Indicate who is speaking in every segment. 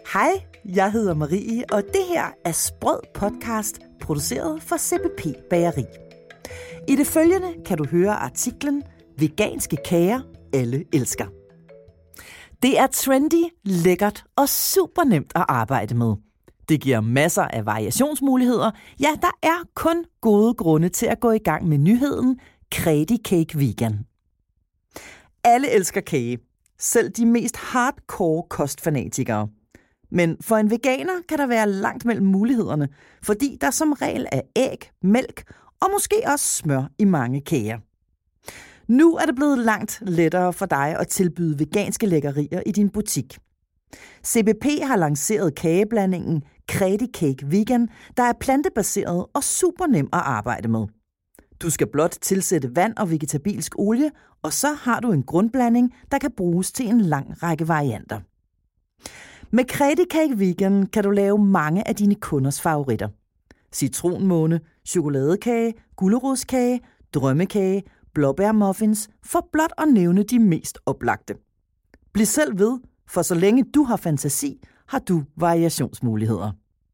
Speaker 1: Hej, jeg hedder Marie, og det her er Sprød podcast, produceret for CBP Bageri. I det følgende kan du høre artiklen Veganske kager, alle elsker. Det er trendy, lækkert og super nemt at arbejde med. Det giver masser af variationsmuligheder. Ja, der er kun gode grunde til at gå i gang med nyheden Credi Cake Vegan. Alle elsker kage, selv de mest hardcore kostfanatikere. Men for en veganer kan der være langt mellem mulighederne, fordi der som regel er æg, mælk og måske også smør i mange kager. Nu er det blevet langt lettere for dig at tilbyde veganske lækkerier i din butik. CBP har lanceret kageblandingen Credi Cake Vegan, der er plantebaseret og super nem at arbejde med. Du skal blot tilsætte vand og vegetabilsk olie, og så har du en grundblanding, der kan bruges til en lang række varianter. Med Credi Cake Vegan kan du lave mange af dine kunders favoritter. Citronmåne, chokoladekage, gulerodskage, drømmekage, blåbærmuffins, for blot at nævne de mest oplagte. Bliv selv ved, for så længe du har fantasi, har du variationsmuligheder.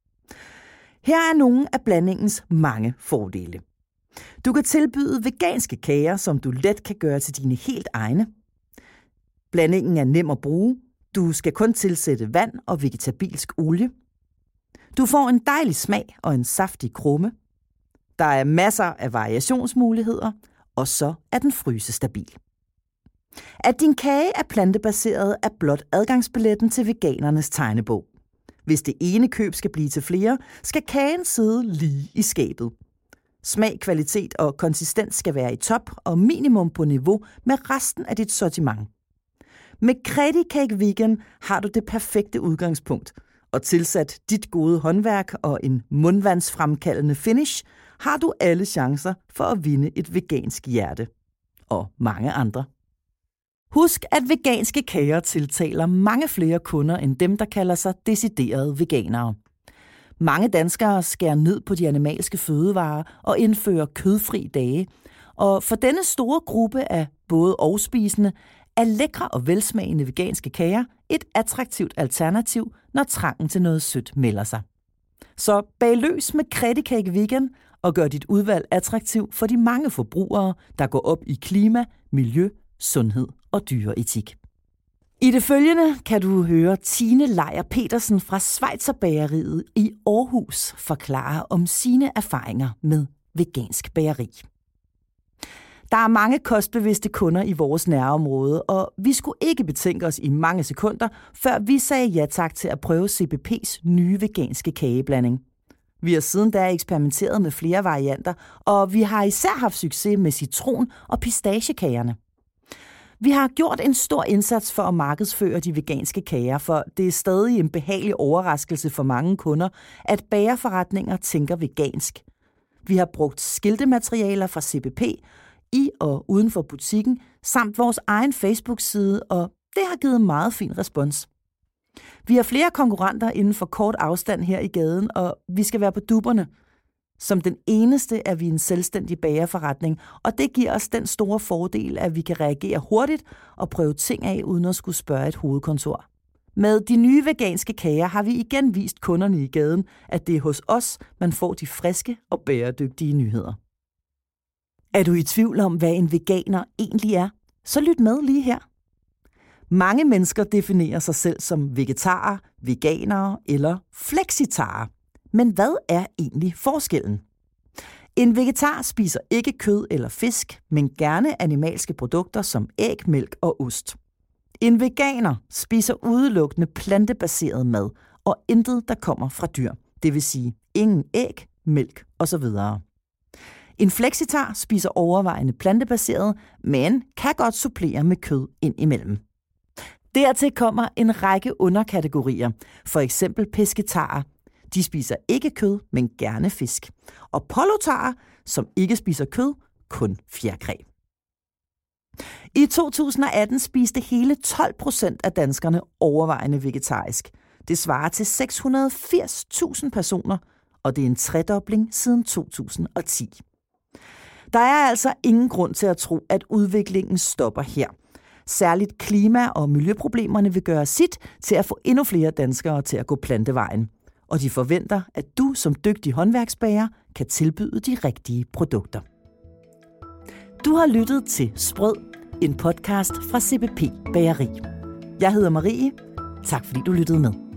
Speaker 1: Her er nogle af blandingens mange fordele. Du kan tilbyde veganske kager, som du let kan gøre til dine helt egne. Blandingen er nem at bruge. Du skal kun tilsætte vand og vegetabilsk olie. Du får en dejlig smag og en saftig krumme. Der er masser af variationsmuligheder, og så er den frysestabil. At din kage er plantebaseret er blot adgangsbilletten til veganernes tegnebog. Hvis det ene køb skal blive til flere, skal kagen sidde lige i skabet. Smag, kvalitet og konsistens skal være i top og minimum på niveau med resten af dit sortiment. Med Credi Cake Vegan har du det perfekte udgangspunkt, og tilsat dit gode håndværk og en mundvandsfremkaldende finish, har du alle chancer for at vinde et vegansk hjerte. Og mange andre. Husk, at veganske kager tiltaler mange flere kunder end dem, der kalder sig deciderede veganere. Mange danskere skærer ned på de animalske fødevarer og indfører kødfri dage, og for denne store gruppe af både og-spisende er lækre og velsmagende veganske kager et attraktivt alternativ, når trangen til noget sødt melder sig. Så bag løs med Credi Cake Vegan og gør dit udvalg attraktiv for de mange forbrugere, der går op i klima, miljø, sundhed og dyreetik. I det følgende kan du høre Tine Lejer Petersen fra Schweizerbageriet i Aarhus forklare om sine erfaringer med vegansk bageri. Der er mange kostbevidste kunder i vores nærområde, og vi skulle ikke betænke os i mange sekunder, før vi sagde ja tak til at prøve CBP's nye veganske kageblanding. Vi har siden da eksperimenteret med flere varianter, og vi har især haft succes med citron- og pistachekagerne. Vi har gjort en stor indsats for at markedsføre de veganske kager, for det er stadig en behagelig overraskelse for mange kunder, at bagerforretninger tænker vegansk. Vi har brugt skiltematerialer fra CBP i og uden for butikken, samt vores egen Facebook-side, og det har givet meget fin respons. Vi har flere konkurrenter inden for kort afstand her i gaden, og vi skal være på dupperne. Som den eneste er vi en selvstændig bagerforretning, og det giver os den store fordel, at vi kan reagere hurtigt og prøve ting af, uden at skulle spørge et hovedkontor. Med de nye veganske kager har vi igen vist kunderne i gaden, at det er hos os, man får de friske og bæredygtige nyheder. Er du i tvivl om, hvad en veganer egentlig er? Så lyt med lige her. Mange mennesker definerer sig selv som vegetarer, veganere eller flexitarer. Men hvad er egentlig forskellen? En vegetar spiser ikke kød eller fisk, men gerne animalske produkter som æg, mælk og ost. En veganer spiser udelukkende plantebaseret mad og intet, der kommer fra dyr. Det vil sige ingen æg, mælk osv. En flexitar spiser overvejende plantebaseret, men kan godt supplere med kød indimellem. Dertil kommer en række underkategorier, for eksempel pesketarer. De spiser ikke kød, men gerne fisk. Og polotarer, som ikke spiser kød, kun fjerkræ. I 2018 spiste hele 12% af danskerne overvejende vegetarisk. Det svarer til 680.000 personer, og det er en tredobling siden 2010. Der er altså ingen grund til at tro, at udviklingen stopper her. Særligt klima- og miljøproblemerne vil gøre sit til at få endnu flere danskere til at gå plantevejen. Og de forventer, at du som dygtig håndværksbager kan tilbyde de rigtige produkter. Du har lyttet til Sprød, en podcast fra CBP Bageri. Jeg hedder Marie. Tak fordi du lyttede med.